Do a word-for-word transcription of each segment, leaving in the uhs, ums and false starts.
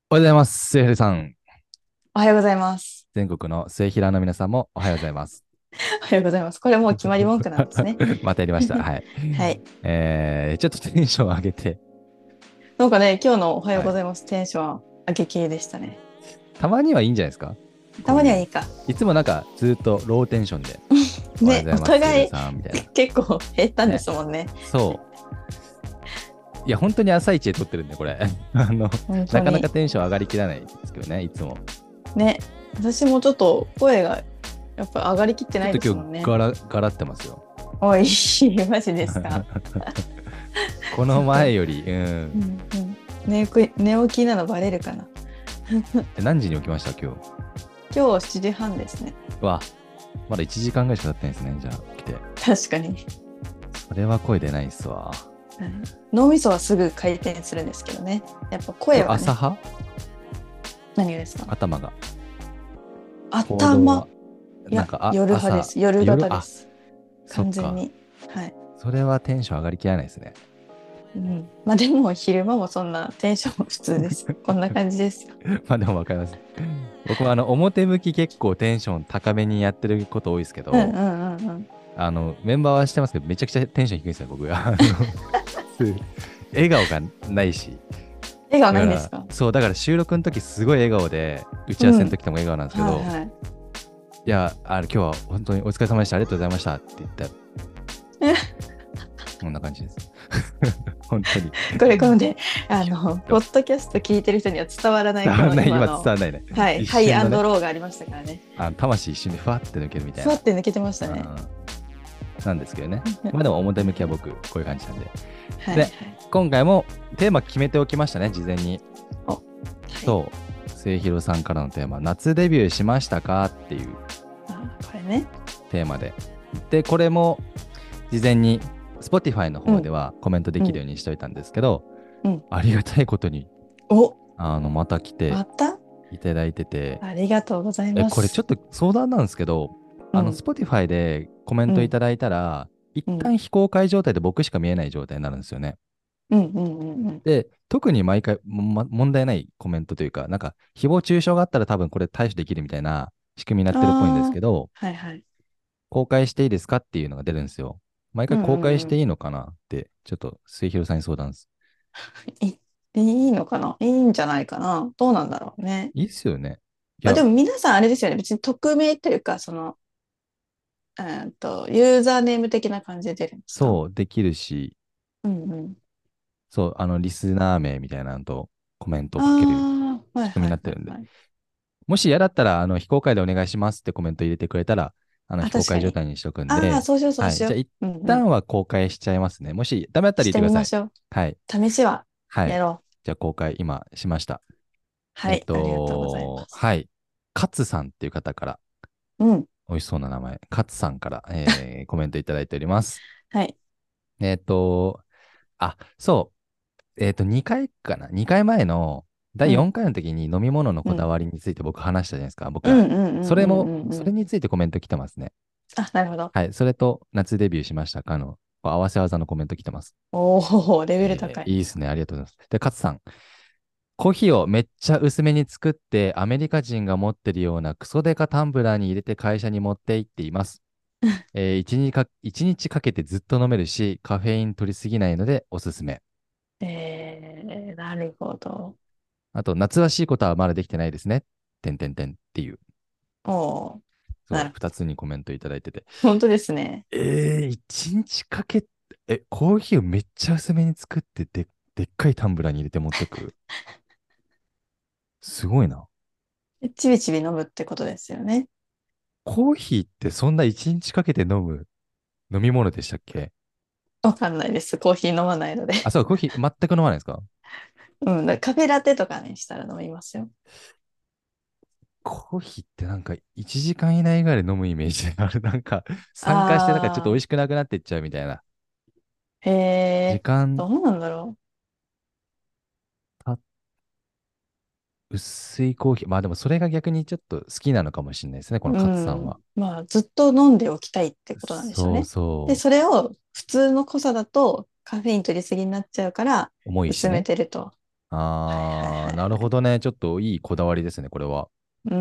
おはようございます。末広さん。 おはようございます。 全国の末広の皆さんもおはようございます。 おはようございます。これもう決まり文句なんですね。 またやりました。はい。 はい。 えー、ちょっとテンション上げて、 なんかね、今日のおはようはい。 ございます。テンション上げ系でしたね。 たまにはいいんじゃないですか、 たこういうの。 まにはいいか。 いつもなんかずっとローテンションで、おはようね、おございます、末互い広さん、みたいな。 結構減ったんでね。 すもんね。 そう。いや、本当に朝一で撮ってるんで、これ。あの、なかなか本当に。 テンション上がりきらないですけどね、いつも。 ね、私もちょっと声がやっぱ上がりきってないでちょっと今日すもんね。 ガラ、ガラってますよ。 おい、マジですか。 このちょっと、 前より、うん。 うんうん、寝起き、寝起きなのバレるかな。 え何時に起きました今日？ 今日しちじはんですね。 わ、まだいちじかんぐらいしか経ってないですね。じゃあ、来て。 確かに。 それは声出ないっすわ。 はい、脳みそはすぐ回転するんですけどね。やっぱこれ声はね、 朝派？ 何がですか？ 頭が。行動頭。 は、 いや、 なんか、あ、朝、 夜派です。夜型夜、あ、 です。 そっか。 完全に。はい。 それはテンション上がりきらないですね。 うん。まあでも昼間もそんなテンション普通です。こんな感じですよ。 まあでもわかります。僕もあの、表向き結構テンション高めにやってること多いですけど、 うんうんうんうん。 あの、メンバーはしてますけど、めちゃくちゃテンション低いんですよ、僕が。あの、笑顔がないし。 笑顔だから、 ないんですか？ そう、だから収録の時すごい笑顔で、打ち合わせのうん。 時とも笑顔なんですけど、 はいはい。 いや、あの、今日は本当にお疲れ様でした。ありがとうございましたって言ったら、こんな感じです。本当に。 これ、こので、あキュッの、ポとッドキャスト聞いてる人には伝わらない、この伝わらない、今伝今の、 わらないね。 はい、 一ハイア瞬のね、 ンドローがありましたからね。 あの魂一瞬でふわって抜けるみたいな。 ふわって抜けてましたうん、 ね。 なんですけどね。まあでも表向きは僕、こういう感じなんで。で、 はいはい。 今回もテーマ決めておきましたね、事前に。 お、はい。 そう、末広さんからのテーマ、夏デビューしましたかっていうあ、これね。 テーマで。で、これも事前に Spotify のうん、 方ではコメントでうん、 きるようにしといたんですけど、 うん。 ありがたいことに、 お、 あの、また来てまたいただいてて、 ありがとうございえ、 ます。 これちょっと相談なんですけど、あの、 うん、 Spotify でコメンうん、 トいただいたら、一うん、 旦非公開状態で僕しか見えない状態になるんですよね。 うん、うん、うん、うん。 で、特に毎回、もま問題ないコメントというか、なんか、誹謗中傷があったら多分これ対処できるみたいな仕組みになってるっぽいんですああ、 けど、 はいはい。 公開していいですかっていうのが出るんですよ。毎回うん公開しうんうん。 ていいのかなって、ちょっと末広さんに相談です。 い、いいのかないいんじゃないかな、どうなんだろうね。 いいっすよね。いまあでや、 も皆さんあれですよね。別に匿名というか、その、えーっと、ユーザーネーム的な感じで出るんですか？ そう、できるし、 うんうん。 そう、あの、リスナー名みたいなのとコメントをあかけるあ、はい仕組みにはいなってるんで。 はいはい。 もし嫌だったら、あの、非公開でお願いしますってコメント入れてくれたら、あの、 あ、 非公確かに。 開状態にしとくんああ、 で、 そうしようそうはい。 しよう。 じゃあ、一うんうん。 旦は公開しちゃいますね。もしダメだったらして言ってください。 みましょう。 はい。 試しははい。 やろう。 じゃあ、公開今しました。えっはい、ありがとうございまと、 す。 はい。カツさんっていう方から、 うん。 美味しそうな名前、カツさんから、えーコメントいただいております。 はい。 えっと、あ、そう、えっと、にかいかな？ に 回前のだいうん。 よんかいの時に飲み物のうん。 こだわりについて僕話したじゃないですか、僕うんら。 うんうんうんそれも、 うんうん。 それについてコメント来てますね。 あ、なるほど。 はい。それと、夏デビューしましたかの、合わせ技のコメント来てます。 おお、レベルえー、 高い。 いいですね。ありがとうございます。で、勝さん。コーヒーをめっちゃ薄めに作って、アメリカ人が持ってるようなクソデカタンブラーに入れて会社に持って行っています。えー、一日か、一日かけてずっと飲めるし、カフェイン取りすぎないのでおすすめ。 えー、なるほど。 あと、夏らしいことはまだできてないですね。てんてんてんっていう、 おー、 そう、 なるほど。 二つにコメントいただいてて。 本当ですね。 えー、一日かけ、え、コーヒーをめっちゃ薄めに作ってで、でっかいタンブラーに入れて持ってく。すごいな。 でちびちび飲むってことですよね。 コーヒーってそんな一日かけて飲む飲み物でしたっけ？ わかんないです。コーヒー飲まないので。 あ、そう、コーヒー全く飲まないですか？ うん、だからカフェラテとかね、したら飲みますよ。 コーヒーってなんかいちじかん以内ぐらいで飲むイメージがある。なんか酸化してなんかちょっと美あ味しくなくなっていっちゃうみたいな。 ー、へえ、 時間どうなんだろた、薄いコーヒー。まあでもそれが逆にちょっと好きなのかもしれないですね、こう。 のうカツさんは。 ん。まあ、ずっと飲んでおきたいってことなんでしょうそうね。で、 そそれを普通の濃さだとカフェイン取りすぎになっちゃうからう。重いし薄めね。 てると。 はいはいあー、なるはいはい。 ほどね。ちょっといいこだわりですね、これは。 うん。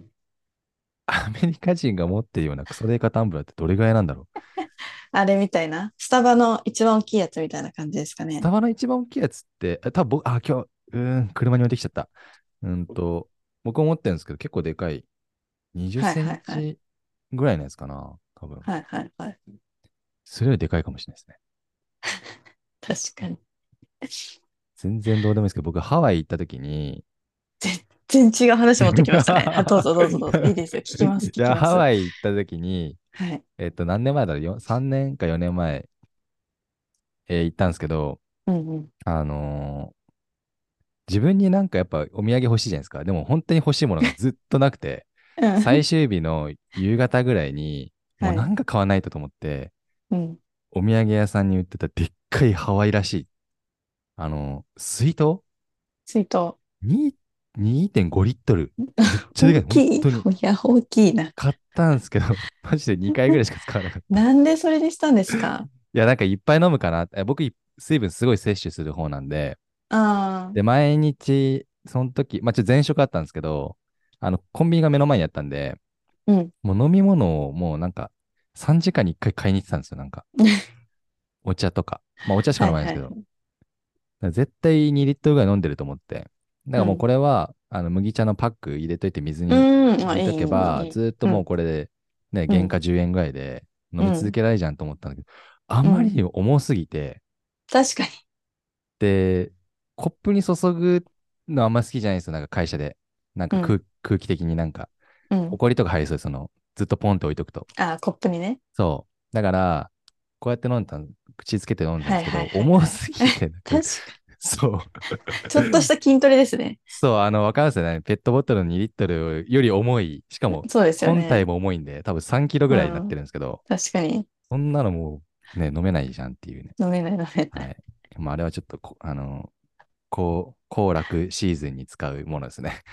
アメリカ人が持ってるようなクソデカタンブラーってどれぐらいなんだろう。 あれみたいな。スタバの一番大きいやつみたいな感じですかね。 スタバの一番大きいやつって、あ多分僕、あ、今日、うーん、車に置いてきちゃった。うんと、僕も持ってるんですけど、結構でかい。20 はいセはいはい。 ンチぐらいのやつかな。多分。 はいはいはい。 それよりでかいかもしれないですね。 確かに。 全然どうでもいいですけど、僕、ハワイ行った時に、 全然違う話持ってきましたね。あ、どうぞどうぞどうぞ。いいですよ。聞きます、 いや、ハ聞きます。 ワイ行った時に、 はい。 えっと、何年前だろう、よさんねんかよねんまえ、えー行ったんですけど、 うんうん。 あのー自分になんかやっぱお土産欲しいじゃないですか。でも本当に欲しいものがずっとなくて、 うん。 最終日の夕方ぐらいに、もうはい。 なんか買わないとと思って、 うん。 お土産屋さんに売ってたでっかいハワイらしい、あのー水筒水筒。 ににてんごリットル。めっちゃでかい。本大きい。 当に。 いや、大きいな。 買ったんですけど、マジでにかいぐらいしか使わなかった。 なんでそれにしたんですか？ いや、なんかいっぱい飲むかな。え僕、水分すごい摂取する方なんで、 ああで、毎日、その時、まあ、ちょっと前職あったんですけど、あの、コンビニが目の前にあったんで、 ー、うん。 もう飲み物をもうなんか、さんじかんにいっかい買いに行ってたんですよ、なんか。お茶とか。まあ、お茶しかはい飲まないんですけど。だかはい。 ら絶対にリットルぐらい飲んでると思って。だからもううん。 これは、あの、麦茶のパック入れといて水うにん。あ、 入れといい、いけば、 い、いい。 ずーっとうん。 もうこれで、ね、 うん。 原価じゅうえんぐらいで飲み続うん。 けられるじゃんと思ったんだけど、あうん。 まりにも重すぎて、 確かに。 で、コップに注ぐのあんま好きじゃないんですよ、なんか会社で。なんうん。 か空、空気的になんか、 うん。 ほこりとか入りそうで、その、ずっとポンって置いとくと。 あ、コップにね。 そう。だから、こうやって飲んだ、口つけて飲んだんではいはいすけど、 はいはい。 重すぎて、なんか、 確かそう。 に。ちょっとした筋トレですね。 そう、あの、わかりますよね。ペットボトルにリットルより重い、しかも、 そうですよ本体ね。 も重いんで、多分さんキロぐらいになってうん。 るんですけど、 確かに。 そんなのもう、ね、飲めないじゃんっていうね。 飲めない飲めない。 はい。まあ、あれはちょっとこ、あの、こう、行楽シーズンに使うものですね。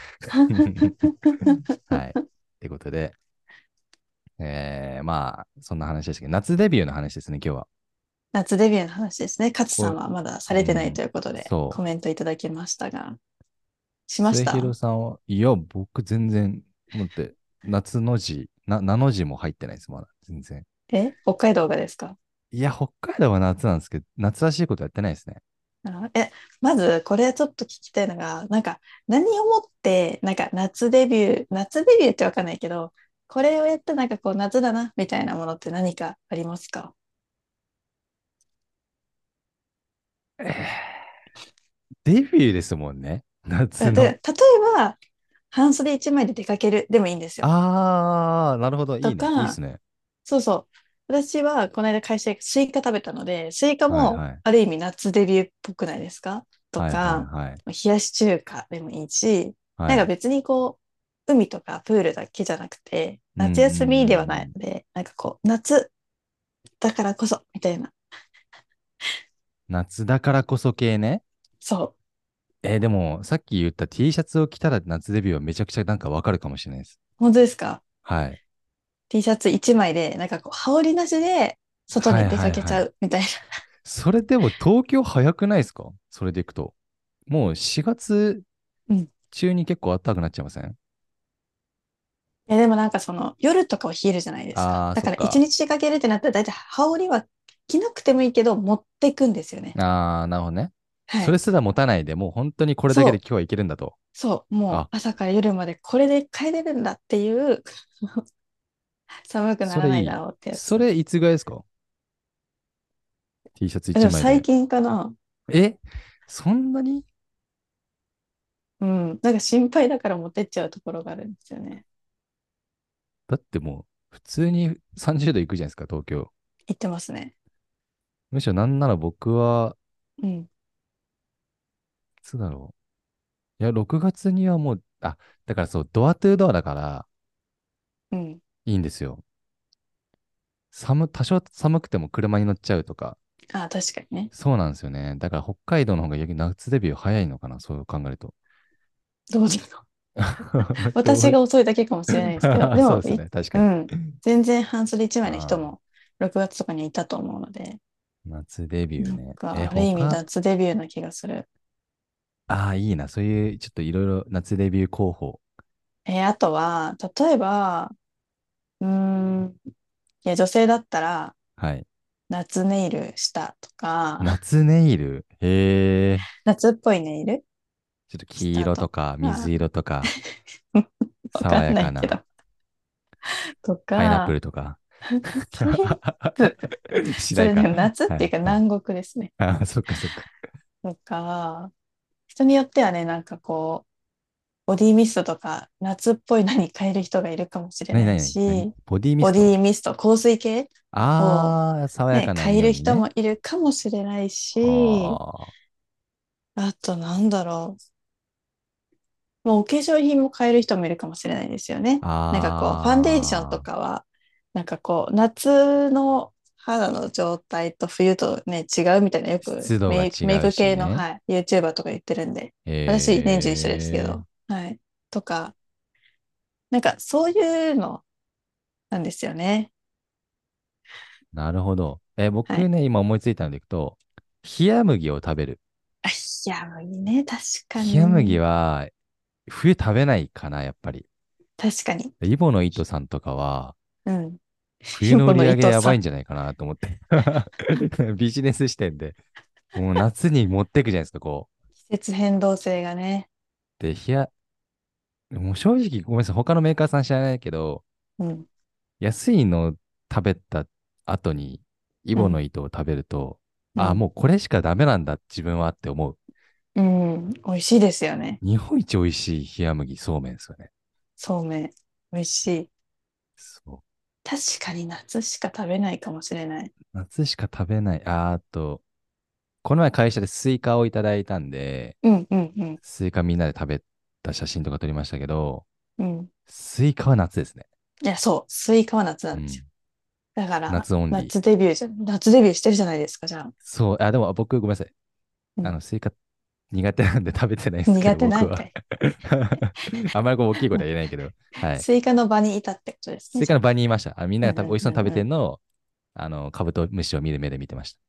はい。ということで、えー、まあ、そんな話ですけど、夏デビューの話ですね、今日は。 夏デビューの話ですね。勝さこう、 んはまだされてないうん、 ということでそう。 コメントいただきましたが、しまし末た？ 広さんは、いや、僕全然、もって、夏の字、な、菜の字も入ってないです、まだ。全然。 え北海道がですか？ いや、北海道は夏なんですけど、夏らしいことやってないですね。 あえ、まずこれちょっと聞きたいのが、なんか何をもって、なんか夏デビュー、夏デビューってわかんないけど、これをやったなんかこう夏だなみたいなものって何かありますか？ えーデビューですもんね。夏の。 で、例えば、半袖一枚で出かけるでもいいんですよ。 あー、なるほど。いいね。いいっとか、 すね。 そうそう。私はこの間会社でスイカ食べたので、スイカもはいはい。 ある意味夏デビューっぽくないですか？とはいはいか、 はい。 冷やし中華でもいいし、なはい。 んか別にこう、海とかプールだけじゃなくて、 うんうんう夏休みではないん。 ので、なんかこう、夏だからこそ、みたいな。 夏だからこそ系ね。 そう。 えーでも、さっき言った T シャツを着たら夏デビューはめちゃくちゃなんかわかるかもしれないです。 本当ですか？ はい。 T シャツ一枚で、なんかこう、羽織りなしで外はいに出かはいはい。 けちゃうみたいな。 それでも東京早くないですか？それでいくと。もうしがつうん。 中に結構暖かくなっちゃいません？ いやでもなんかその夜とかは冷えるじゃないですか。 ああー、 だから一そっか。 日出かけるってなったら大体羽織は着なくてもいいけど持ってくんですよね。 ああ、なるほどね。 はい。 それすら持たないで、もう本当にこれだけでそう、 今日はいけるんだと。 そう、もうあ、 朝から夜までこれで帰れるんだっていう寒くならないそれいい。 だろうってやつ。 それいつぐらいですか？ T シャツでもいちまいで。 最近かな。 えそんなに？ うん。なんか心配だから持ってっちゃうところがあるんですよね。 だってもう、普通にさんじゅうどいくじゃないですか、東京。 言ってますね。 むしろなんなら僕は、 うん。 いつだろう。いや、ろくがつにはもう、あ、だからそう、ドアトゥードアだからうん。 いいんですよ。寒、多少寒くても車に乗っちゃうとか。 ああ、確かにね。 そうなんですよね。だから北海道の方が逆に夏デビュー早いのかな、そう考えると。 どうだろう。 どう私が遅いだけかもしれないですけど、でも、いそうですね、確かに。 うん。全然半袖一枚の人あもろくがつとかにいたと思うので、 ー夏デビューなんね。え、 か、ある意味他、 夏デビューな気がする。 ああ、いいな。そういう、ちょっといろいろ夏デビュー候補。 えーあとは、例えば、うーん、いや、女性だったら、 はい。 夏ネイルしたとか、 夏ネイル。へえ。 夏っぽいネイルちょっと黄したと色とか水か、 色とか、 わか爽やかなんないけど、とパイナップか、 ルとか。 パイナップル、 しないか。 それね、夏っはい。 ていうかはい。 南国ですね。 ああ、そっかそっか。 とか、人によってはね、なんかこう、ボディミストとか、夏っぽいのに変える人がいるかもしれないなになになに何し、 ボディミボスト？ ディミスト、香水系をああー、爽やね、 かな変える人匂いね。 もいるかもしれないし、 はあとなんだろう。もうお化粧品も変える人もいるかもしれないですよね。なんかこう、ファンデーションとあ。あかは、なんかこう、夏の肌の状態と冬とね、違うみたいな、よあ、 く湿度がメイク、 違うメイク系の、 しね。 はい、YouTuber とか言ってるんで、私年中一緒ですけへえ。 ど、はい。とか、なんかそういうのなんですよね。 なるほど。え、 はい。 僕ね、今思いついたのでいくと、冷麦を食べる。 あ、いや、もういいね。確か冷麦に。 は、冬食べないかな、やっぱり。 確かに。 イボの糸さんとかは、 うん。 冬の売ひものり上げやばいん糸さじゃないかなと思って。ビジネス視点で。もう夏に持ってくじゃないですか、こう。 季節変動性がね。 で、冷や、もう正直ごめんなさい、他のメーカーさん知らないけど、 うん。 安いの食べた後に、イうん。 ボの糸を食べると、あ、 うん。 もうこれしかダメなんだ、自分はって思う。 うん。美味しいですよね。 日本一美味しい冷麦、そうめんですよね。 そうめん。美味しい。 そう。 確かに夏しか食べないかもしれない。 夏しか食べない。あーあと、この前会社でスイカをいただいたんで、 うんうんうん。 スイカみんなで食べた写真とか撮りましたけど、 うん。 スイカは夏ですね。 いや、そう。スイカは夏なんですよ。 うん。 だから、 夏オンリー。 夏デビューじゃ、夏デビューしてるじゃないですか、じゃあ。 そう、あ、でも僕ごめんなさい。 うん。 あの、スイカ苦手なんで食べてないですけど、 苦手な僕は。 んかい。 あんまりこう大きいことはもう言えないけど、はい。 スイカの場にいたってことですね、 スイカのじゃあ。 場にいました。あ、みんなが食べ美味しそうに食べうんうんうんうん。 てるのを、あの、カブトムシを見る目で見てました。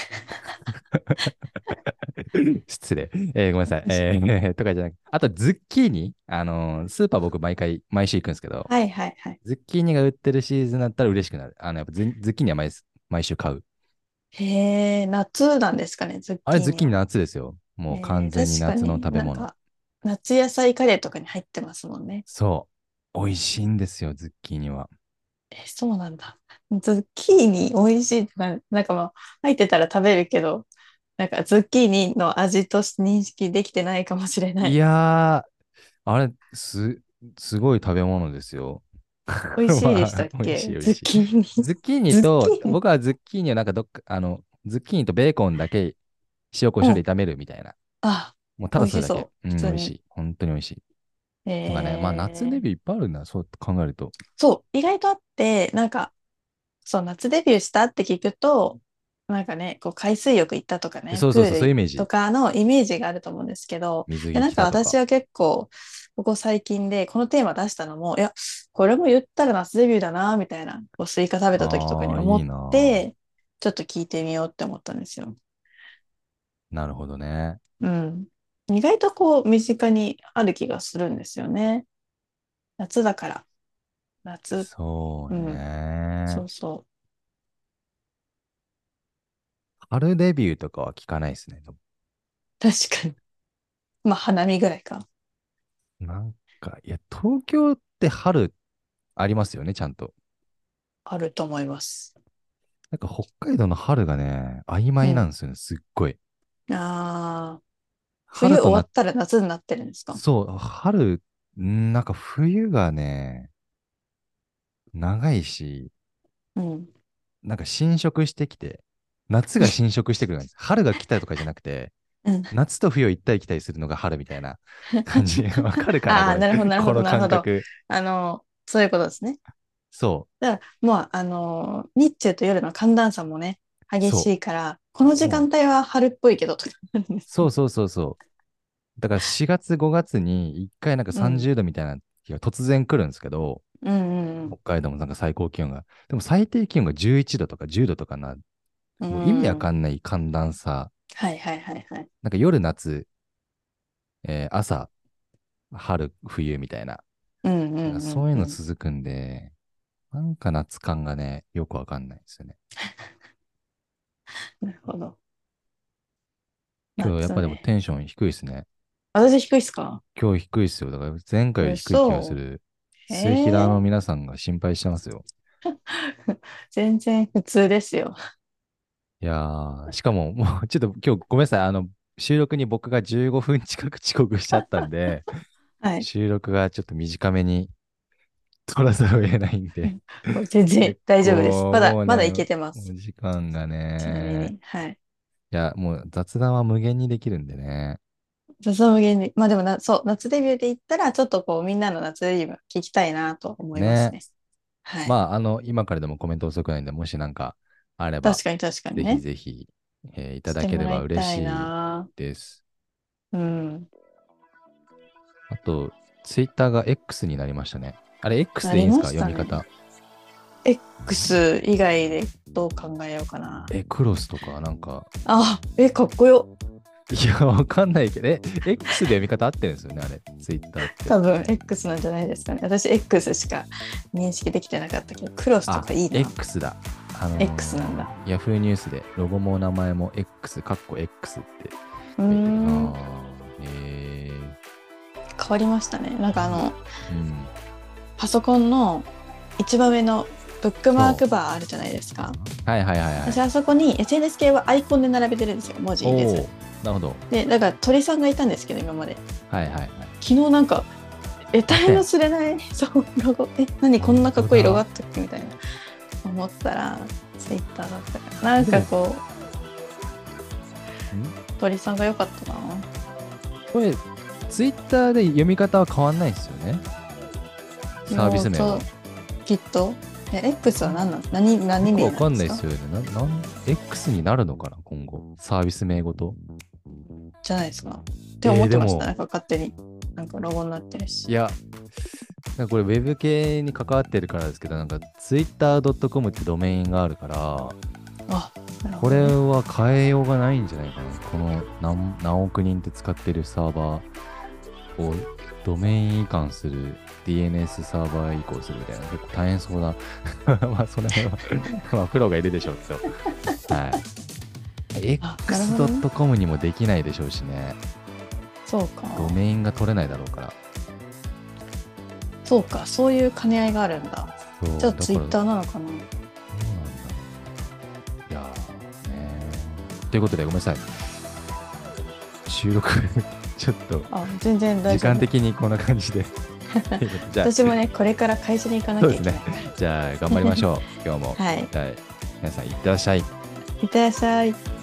失礼。えーごめんなさい。えーとかじゃなくて、あとズッキーニ。あのースーパー僕毎回、毎週行くんですけど、 はいはいはい。 ズッキーニが売ってるシーズンだったら嬉しくなる。あの、やっぱズズッキーニは毎毎週買う。 へえ、夏なんですかね、ズッあれ、ズッキーニキーニは。 夏ですよ。もうえー、 完全に夏の確かに食べ物。 なんか、夏野菜カレーとかに入ってますもんね。 そう。美味しいんですよ、ズッキーニは。 え、そうなんだ。ズッキーニ美味しいってな、なんかもう入ってたら食べるけど、なんかズッキーニの味として認識できてないかもしれないい。 やー、あれ、す、すごい食べ物ですよ。 美味しいでしたまあ、 っ美味しい、 けズッ美味しい。 キーニ。 ズッキーニズッキと、 ーニ。 僕はズッキーニをなんかどっか、あの、ズッキーニとベーコンだけ塩コショウでうん。 炒めるみたいな。 あ、 もうた美だそれだけ。 味しそう。 うん、美普通に。 味しい。本当に美味しい。とかね、まあ夏デえー、 ビューいっぱいあるんだ、そう考えると。 そう、意外とあって、なんか、そう、夏デビューしたって聞くと、なんかね、こう海水浴行ったとかね、 そうそうそう、 プールとそういうイメージ。 かのイメージがあると思うんですけど、いや、 水着なんか着たとか。 私は結構、ここ最近でこのテーマ出したのも、いや、これも言ったら夏デビューだな、みたいな、こうスイカ食べた時とかにああ、いい思っなて、ちょっと聞いてみようって思ったんですよ。 ー。なるほどね。 うん。意外とこう、身近にある気がするんですよね。夏だから。夏、 そううん。 ね。 そうそう。 春デビューとかは聞かないですね。 確かに。まあ、花見ぐらいか。 なんか、いや、東京って春ありますよね、ちゃんと。 あると思います。 なんか北海道の春がね、曖うん。 昧なんですよね、すっごい。 ああ、冬春とな、 終わったら夏になってるんですか？ そう、春、んなんか冬がね、長いし、 うん。 なんか侵食してきて、夏が侵食してくるんです。春が来たとかじゃなくて、 うん。 夏と冬を行ったり来たりするのが春みたいな感じ。わかるかなああ、 これ。 なるほど、なるほど、 このなるほど。 感覚。 あの、そういうことですね。 そだから、もう、あの、日中と夜の寒暖差もね、 う、 激しそいから、このう、 時間もう、 帯は春っぽいけど、とかあるんですね。 そうそうそうそう。だからしがつ、ごがつにいっかいなんかうん。 さんじゅうどみたいな日が突然来るんですけど、 うんうん北海道もなんか最高気温が。でも最低気温がじゅういちどとかじゅうどとかな、 うもう意味わん。うん。 かんない寒暖差。 はいはいはいはい。 なんか夜夏、 えー朝、春、冬みたいな。 うんうんなんかうんうん。 そういうの続くんで、なんか夏感がね、よくわかんないですよね。 なるほど。 今日やっぱでも夏ね。 テンション低いですね。 私低いっすか？ 今日低いですよ。だから前回より低い気がす嘘。 る。 え末平のー、 皆さんが心配してますよ。 全然普通ですよ。 いやー、しかももうちょっと今日ごめんなさい。あの、収録に僕がじゅうごふん近く遅刻しちゃったんで、 はい。 収録がちょっと短めに取らざるを得ないんで、 もう全然結大丈夫です。 構まだ、まだいもうね、 けてます。 お時間がね、 ちなみに。はい。 いや、もう雑談は無限にできるんでね。 笹無限に。まあでもな、そう、夏デビューで言ったら、ちょっとこう、みんなの夏デビュー聞きたいなと思いますね。 ね。はい。 まあ、あの、今からでもコメント遅くないんで、もしなんかあれば、 確かに確かにぜひね。 ぜひ、えーいたしてもらだければいたい嬉しいな。 です。 うん。 あと、ツイッターが X になりましたね。あれ、X なりまでいいんですかしたね。 読み方。 X 以外でどう考えようかな。 え、クロスとか、なんか、 あ、え、かっこよ。 いや、わかんないけど、え、X で読み方合ってるんですよね、あれ、ツイッターって。 多分 X なんじゃないですかね。私 X しか認識できてなかったけど、クロスとあ、 かいいな。 X だ。あのー、 X なんだ。 ヤフーニュースで、ロゴも名前も X、かっこ X ってうー書いてるなん。 ぁ。え変わりましたね。なんかあの、 ー、うん。 パソコンの一番上のブックマーそクバーあるじゃないですか。 う。はいはいはいはい。 私あそこに エスエヌエス 系はアイコンで並べてるんですよ。文字お入れず。 お、なるほど。 で、だから鳥さんがいたんですけど、今まで。 はいはいはい。 昨日なんか、得体の知れない、そう、ロゴ、え、何こんなかっこいいロゴあったっけみたいな思ったら、ツイッターだったから。なんかこう、鳥さんが良かったな。 これ、ツイッターで読み方は変わんないんですよね。サービス名は。 きっと。え、X は何なの？何、何名よくわかんないなんですか？ ですよね。な、なん、X になるのかな、今後。サービス名ごと。 じゃないですか。って思ってました。 えーでもなんか勝手に。なんかロゴになってるし。 いや、なんかこれ Web 系に関わってるからですけど、なんか ツイッタードットコム ってドメインがあるから、 あ、なるこれほどね。 は変えようがないんじゃないかな。この何、何億人って使ってるサーバーをドメイン移管する ディーエヌエス サーバー移行するみたいな、結構大変そうな。まあ、その辺はまあ、プロがいるでしょうけど。はい。 あ、なるほどね。 X.com にもできないでしょうしね。 そうか。 ドメインが取れないだろうから。 そうか。そういう兼ね合いがあるんだ。 そう、 じゃあだから、 ツイッターなのかな。 どうなんだろう。いやーねー。ということで、ごめんなさい。収録ちょっと、 あ、全然大時丈夫。 間的にこんな感じで。じゃあ、 私もね、これから会社に行かなそうですきゃいけないかね。じゃあ、頑張りましょう。今日も。 ら。はい。 はい。皆さん、いってらっしゃい。 いってらっしゃい。